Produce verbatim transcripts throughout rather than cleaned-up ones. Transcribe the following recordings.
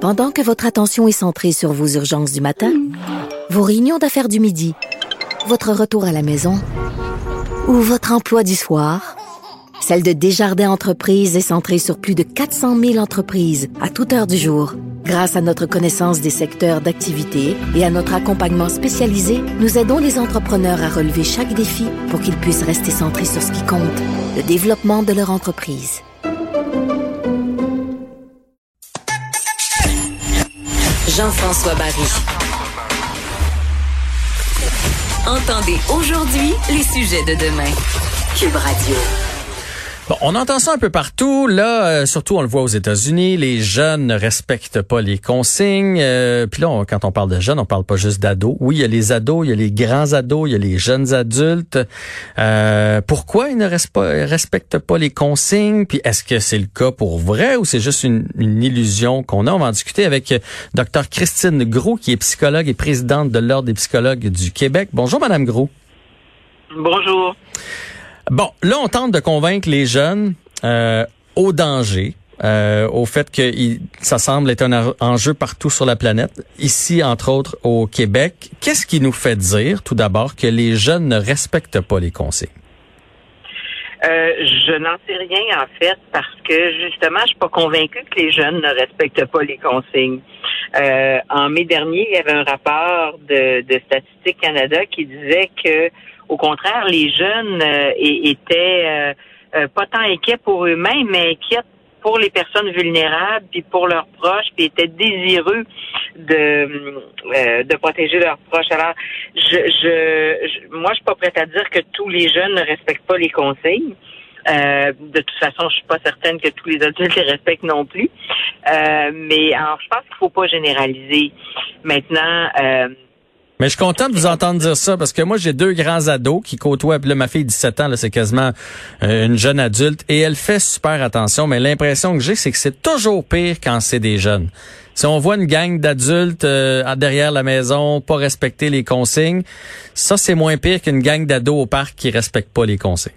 Pendant que votre attention est centrée sur vos urgences du matin, vos réunions d'affaires du midi, votre retour à la maison ou votre emploi du soir, celle de Desjardins Entreprises est centrée sur plus de quatre cent mille entreprises à toute heure du jour. Grâce à notre connaissance des secteurs d'activité et à notre accompagnement spécialisé, nous aidons les entrepreneurs à relever chaque défi pour qu'ils puissent rester centrés sur ce qui compte, le développement de leur entreprise. Jean-François Barry. Entendez aujourd'hui les sujets de demain. Cube Radio. Bon, on entend ça un peu partout. Là, euh, surtout, on le voit aux États-Unis, les jeunes ne respectent pas les consignes. Euh, Puis là, on, quand on parle de jeunes, on parle pas juste d'ados. Oui, il y a les ados, il y a les grands ados, il y a les jeunes adultes. Euh, pourquoi ils ne restent pas, respectent pas les consignes? Puis est-ce que c'est le cas pour vrai ou c'est juste une, une illusion qu'on a? On va en discuter avec Dr Christine Groux, qui est psychologue et présidente de l'Ordre des psychologues du Québec. Bonjour, Madame Groux. Bonjour. Bon, là, on tente de convaincre les jeunes euh, au danger, euh, au fait que il, ça semble être un enjeu partout sur la planète, ici, entre autres, au Québec. Qu'est-ce qui nous fait dire, tout d'abord, que les jeunes ne respectent pas les consignes? Euh, je n'en sais rien, en fait, parce que, justement, je suis pas convaincue que les jeunes ne respectent pas les consignes. Euh, en mai dernier, il y avait un rapport de, de Statistique Canada qui disait que au contraire, les jeunes euh, étaient euh, euh, pas tant inquiets pour eux-mêmes, mais inquiets pour les personnes vulnérables, puis pour leurs proches, puis étaient désireux de euh, de protéger leurs proches. Alors, je, je, je moi, je suis pas prête à dire que tous les jeunes ne respectent pas les consignes. Euh, de toute façon, je suis pas certaine que tous les adultes les respectent non plus. Euh, mais alors, je pense qu'il faut pas généraliser. Maintenant. Euh, Mais je suis content de vous entendre dire ça parce que moi, j'ai deux grands ados qui côtoient. Puis là, ma fille, dix-sept ans, là, c'est quasiment euh, une jeune adulte et elle fait super attention. Mais l'impression que j'ai, c'est que c'est toujours pire quand c'est des jeunes. Si on voit une gang d'adultes euh, derrière la maison, pas respecter les consignes, ça, c'est moins pire qu'une gang d'ados au parc qui respectent pas les consignes.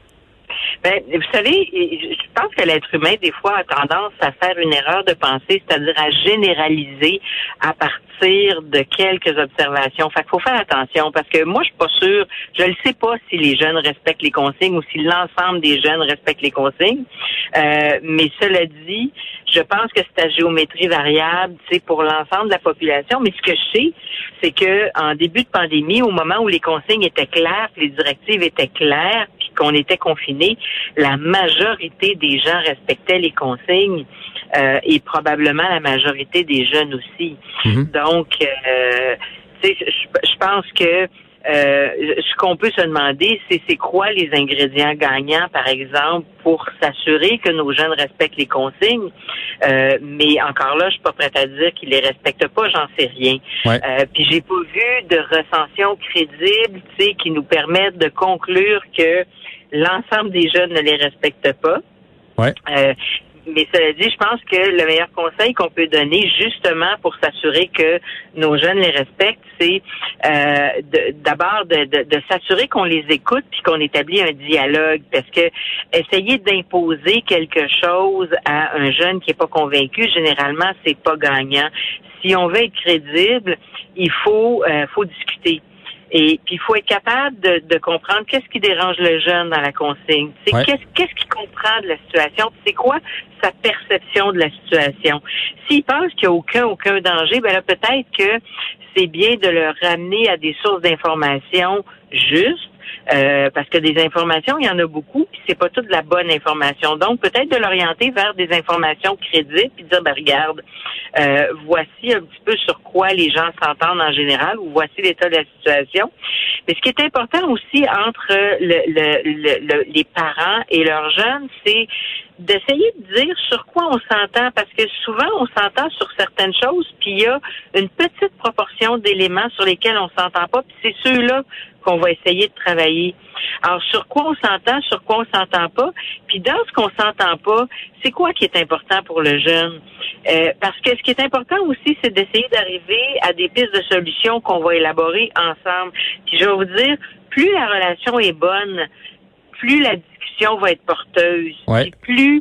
Ben, vous savez, je pense que l'être humain, des fois, a tendance à faire une erreur de pensée, c'est-à-dire à généraliser à partir de quelques observations. Fait qu'il faut faire attention, parce que moi, je suis pas sûre, je ne sais pas si les jeunes respectent les consignes ou si l'ensemble des jeunes respectent les consignes. Euh, mais cela dit, je pense que c'est à géométrie variable, tu sais, pour l'ensemble de la population. Mais ce que je sais, c'est que en début de pandémie, au moment où les consignes étaient claires, les directives étaient claires, puis qu'on était confinés, la majorité des gens respectaient les consignes euh, et probablement la majorité des jeunes aussi. Mm-hmm. Donc, euh, tu sais, je, je pense que euh, ce qu'on peut se demander, c'est c'est quoi les ingrédients gagnants, par exemple, pour s'assurer que nos jeunes respectent les consignes. Euh, mais encore là, je suis pas prête à dire qu'ils les respectent pas, j'en sais rien. Ouais. Euh, puis j'ai pas vu de recension crédible, tu sais, qui nous permette de conclure que l'ensemble des jeunes ne les respectent pas. Ouais. Euh, mais cela dit, je pense que le meilleur conseil qu'on peut donner, justement, pour s'assurer que nos jeunes les respectent, c'est euh, de, d'abord de, de, de s'assurer qu'on les écoute puis qu'on établit un dialogue. Parce que essayer d'imposer quelque chose à un jeune qui est pas convaincu, généralement, c'est pas gagnant. Si on veut être crédible, il faut, euh, faut discuter. Et puis il faut être capable de, de comprendre qu'est-ce qui dérange le jeune dans la consigne. C'est ouais. qu'est-ce, qu'est-ce qu'il comprend de la situation, c'est quoi sa perception de la situation. S'il pense qu'il n'y a aucun aucun danger, ben là peut-être que c'est bien de le ramener à des sources d'information justes. Euh, parce que des informations, il y en a beaucoup, puis c'est pas toute la bonne information. Donc, peut-être de l'orienter vers des informations crédibles, puis de dire, ben regarde, euh, voici un petit peu sur quoi les gens s'entendent en général, ou voici l'état de la situation. Mais ce qui est important aussi entre le, le, le, le, les parents et leurs jeunes, c'est d'essayer de dire sur quoi on s'entend, parce que souvent, on s'entend sur certaines choses, puis il y a une petite proportion d'éléments sur lesquels on s'entend pas, puis c'est ceux-là qu'on va essayer de travailler. Alors, sur quoi on s'entend, sur quoi on s'entend pas, puis dans ce qu'on s'entend pas, c'est quoi qui est important pour le jeune? Euh, parce que ce qui est important aussi, c'est d'essayer d'arriver à des pistes de solutions qu'on va élaborer ensemble. Puis je vais vous dire, plus la relation est bonne, plus la discussion va être porteuse. Ouais. Puis plus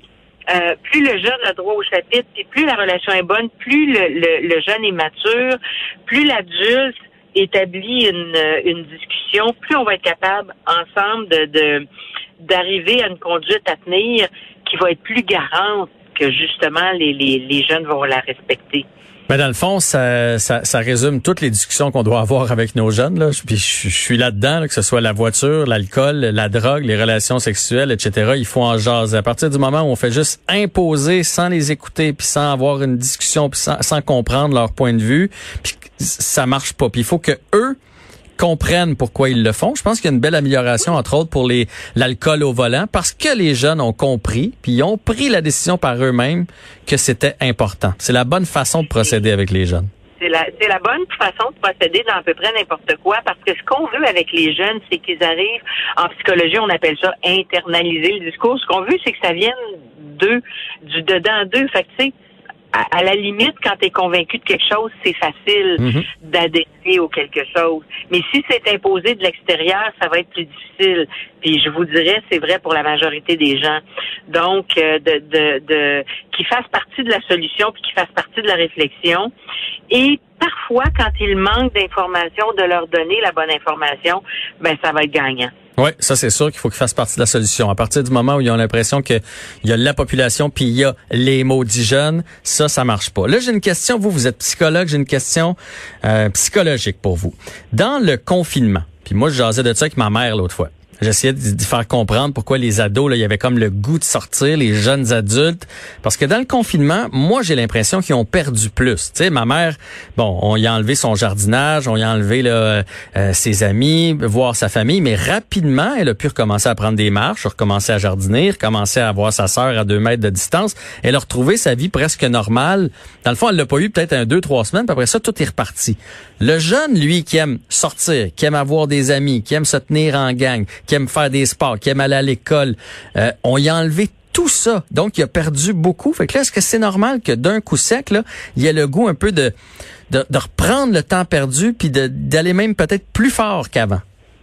euh, plus le jeune a droit au chapitre, puis plus la relation est bonne, plus le, le, le jeune est mature, plus l'adulte établit une, une discussion, plus on va être capable ensemble de, de d'arriver à une conduite à tenir qui va être plus garante que justement les, les, les jeunes vont la respecter. Ben dans le fond, ça, ça, ça résume toutes les discussions qu'on doit avoir avec nos jeunes. Là. Puis je, je suis là-dedans, là, que ce soit la voiture, l'alcool, la drogue, les relations sexuelles, et cetera. Il faut en jaser. À partir du moment où on fait juste imposer sans les écouter, puis sans avoir une discussion, puis sans, sans comprendre leur point de vue, puis ça marche pas. Puis il faut que eux comprennent pourquoi ils le font. Je pense qu'il y a une belle amélioration, entre autres, pour les l'alcool au volant, parce que les jeunes ont compris, puis ils ont pris la décision par eux-mêmes que c'était important. C'est la bonne façon de procéder avec les jeunes. C'est la, c'est la bonne façon de procéder dans à peu près n'importe quoi, parce que ce qu'on veut avec les jeunes, c'est qu'ils arrivent, en psychologie, on appelle ça internaliser le discours. Ce qu'on veut, c'est que ça vienne d'eux, du dedans d'eux. Fait que, tu sais, À, à la limite, quand tu es convaincu de quelque chose, c'est facile mm-hmm. d'adhérer au quelque chose. Mais si c'est imposé de l'extérieur, ça va être plus difficile. Puis je vous dirais, c'est vrai pour la majorité des gens. Donc, euh, de, de, de qu'ils fassent partie de la solution puis qu'ils fassent partie de la réflexion. Et parfois, quand il manque d'informations, de leur donner la bonne information, ben ça va être gagnant. Oui, ça c'est sûr qu'il faut qu'ils fassent partie de la solution. À partir du moment où ils ont l'impression qu'il y a la population puis il y a les maudits jeunes, ça, ça marche pas. Là, j'ai une question. Vous, vous êtes psychologue, j'ai une question euh, psychologique pour vous. Dans le confinement, puis moi, je jasais de ça avec ma mère l'autre fois. J'essayais de, de faire comprendre pourquoi les ados, là, il y avait comme le goût de sortir, les jeunes adultes. Parce que dans le confinement, moi, j'ai l'impression qu'ils ont perdu plus. Tu sais, ma mère, bon, on y a enlevé son jardinage, on y a enlevé là, euh, ses amis, voir sa famille, mais rapidement, elle a pu recommencer à prendre des marches, recommencer à jardiner, recommencer à voir sa sœur à deux mètres de distance. Elle a retrouvé sa vie presque normale. Dans le fond, elle l'a pas eu peut-être un, deux, trois semaines, puis après ça, tout est reparti. Le jeune, lui, qui aime sortir, qui aime avoir des amis, qui aime se tenir en gang, qui aime faire des sports, qui aime aller à l'école, euh, on y a enlevé tout ça. Donc, il a perdu beaucoup. Fait que là, est-ce que c'est normal que d'un coup sec, là, il y ait le goût un peu de, de, de reprendre le temps perdu puis de, d'aller même peut-être plus fort qu'avant?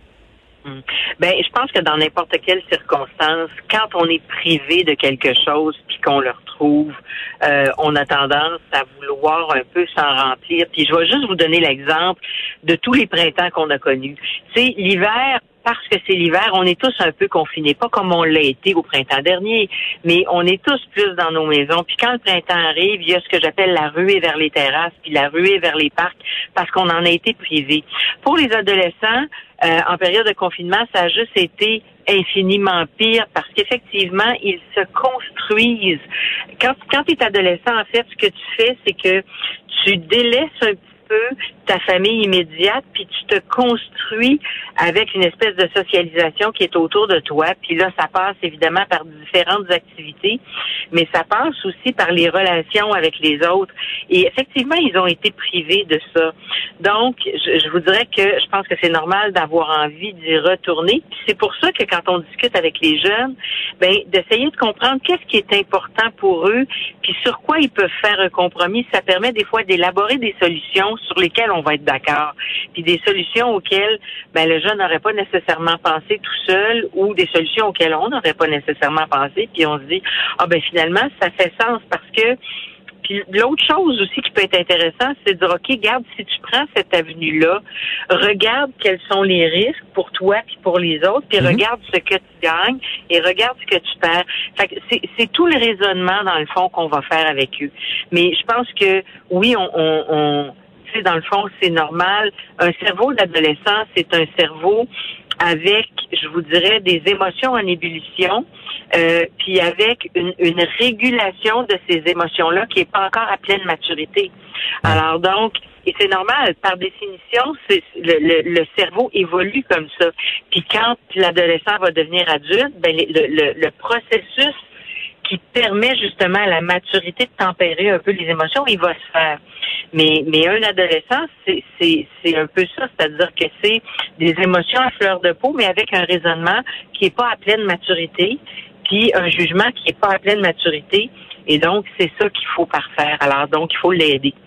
Ben, je pense que dans n'importe quelle circonstance, quand on est privé de quelque chose puis qu'on le retrouve, euh, on a tendance à vouloir un peu s'en remplir. Puis je vais juste vous donner l'exemple de tous les printemps qu'on a connus. C'est l'hiver. Parce que c'est l'hiver, on est tous un peu confinés, pas comme on l'a été au printemps dernier, mais on est tous plus dans nos maisons. Puis quand le printemps arrive, il y a ce que j'appelle la ruée vers les terrasses, puis la ruée vers les parcs, parce qu'on en a été privés. Pour les adolescents, euh, en période de confinement, ça a juste été infiniment pire parce qu'effectivement, ils se construisent. Quand, quand tu es adolescent, en fait, ce que tu fais, c'est que tu délaisses un petit peu ta famille immédiate, puis tu te construis avec une espèce de socialisation qui est autour de toi. Puis là, ça passe évidemment par différentes activités, mais ça passe aussi par les relations avec les autres. Et effectivement, ils ont été privés de ça. Donc, je, je vous dirais que je pense que c'est normal d'avoir envie d'y retourner. Puis c'est pour ça que quand on discute avec les jeunes, ben d'essayer de comprendre qu'est-ce qui est important pour eux, puis sur quoi ils peuvent faire un compromis. Ça permet des fois d'élaborer des solutions sur lesquelles on va être d'accord, puis des solutions auxquelles ben le jeune n'aurait pas nécessairement pensé tout seul, ou des solutions auxquelles on n'aurait pas nécessairement pensé, puis on se dit ah ben finalement ça fait sens parce que. Puis l'autre chose aussi qui peut être intéressant, c'est de dire, OK, regarde, si tu prends cette avenue-là, regarde quels sont les risques pour toi puis pour les autres, puis mm-hmm. regarde ce que tu gagnes et regarde ce que tu perds. Fait que c'est, c'est tout le raisonnement, dans le fond, qu'on va faire avec eux. Mais je pense que, oui, on... on, on tu sais, dans le fond, c'est normal. Un cerveau d'adolescent, c'est un cerveau avec, je vous dirais, des émotions en ébullition, euh, puis avec une, une régulation de ces émotions-là qui est pas encore à pleine maturité. Alors donc, et c'est normal, par définition, c'est, le, le, le cerveau évolue comme ça. Puis quand l'adolescent va devenir adulte, ben le, le, le processus qui permet justement à la maturité de tempérer un peu les émotions, il va se faire. Mais, mais un adolescent, c'est, c'est, c'est un peu ça, c'est-à-dire que c'est des émotions à fleur de peau, mais avec un raisonnement qui est pas à pleine maturité, puis un jugement qui est pas à pleine maturité, et donc c'est ça qu'il faut parfaire. Alors donc il faut l'aider.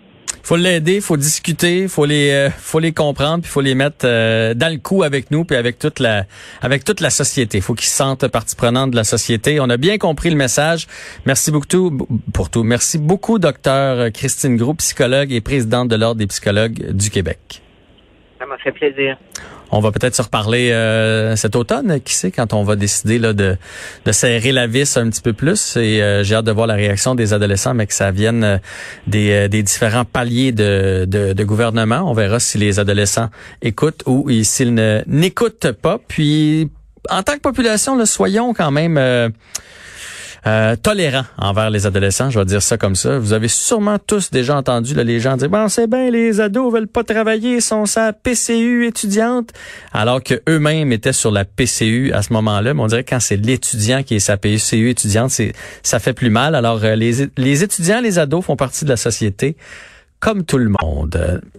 faut l'aider, faut discuter, faut les, euh, faut les comprendre, puis faut les mettre euh, dans le coup avec nous, puis avec toute la, avec toute la société. Faut qu'ils se sentent partie prenante de la société. On a bien compris le message. Merci beaucoup pour tout. Merci beaucoup, docteur Christine Groulx, psychologue et présidente de l'Ordre des psychologues du Québec. Ça m'a fait plaisir. On va peut-être se reparler euh, cet automne, qui sait, quand on va décider là de, de serrer la vis un petit peu plus. Et euh, j'ai hâte de voir la réaction des adolescents, mais que ça vienne euh, des, euh, des différents paliers de, de, de gouvernement. On verra si les adolescents écoutent ou s'ils ne n'écoutent pas. Puis, en tant que population, là, soyons quand même euh, Euh, tolérant envers les adolescents, je vais dire ça comme ça. Vous avez sûrement tous déjà entendu là, les gens dire « Bon, c'est bien, les ados veulent pas travailler, sont sa P C U étudiante », alors que eux-mêmes étaient sur la P C U à ce moment-là. Mais on dirait que quand c'est l'étudiant qui est sa P C U étudiante, c'est ça fait plus mal. Alors, euh, les, les étudiants, les ados font partie de la société comme tout le monde.